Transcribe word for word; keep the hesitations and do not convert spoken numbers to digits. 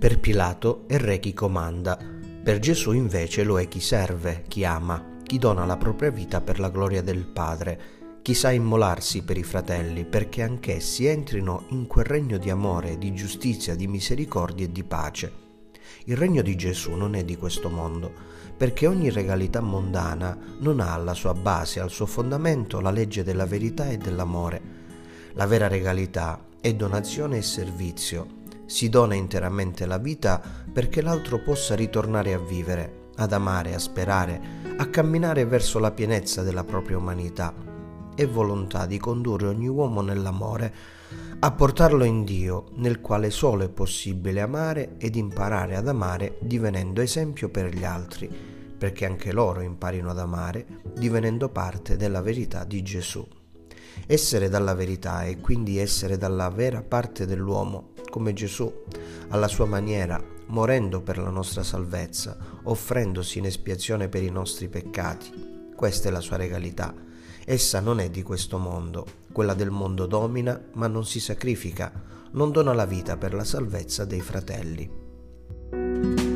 Per Pilato è re chi comanda, per Gesù invece lo è chi serve, chi ama, chi dona la propria vita per la gloria del Padre, chi sa immolarsi per i fratelli perché anch'essi entrino in quel regno di amore, di giustizia, di misericordia e di pace. Il regno di Gesù non è di questo mondo, perché ogni regalità mondana non ha alla sua base, al suo fondamento, la legge della verità e dell'amore. La vera regalità è donazione e servizio. Si dona interamente la vita perché l'altro possa ritornare a vivere, ad amare, a sperare, a camminare verso la pienezza della propria umanità. È volontà di condurre ogni uomo nell'amore, a portarlo in Dio, nel quale solo è possibile amare ed imparare ad amare divenendo esempio per gli altri, perché anche loro imparino ad amare divenendo parte della verità di Gesù. Essere dalla verità e quindi essere dalla vera parte dell'uomo, come Gesù, alla sua maniera, morendo per la nostra salvezza, offrendosi in espiazione per i nostri peccati. Questa è la sua regalità. Essa non è di questo mondo, quella del mondo domina, ma non si sacrifica, non dona la vita per la salvezza dei fratelli.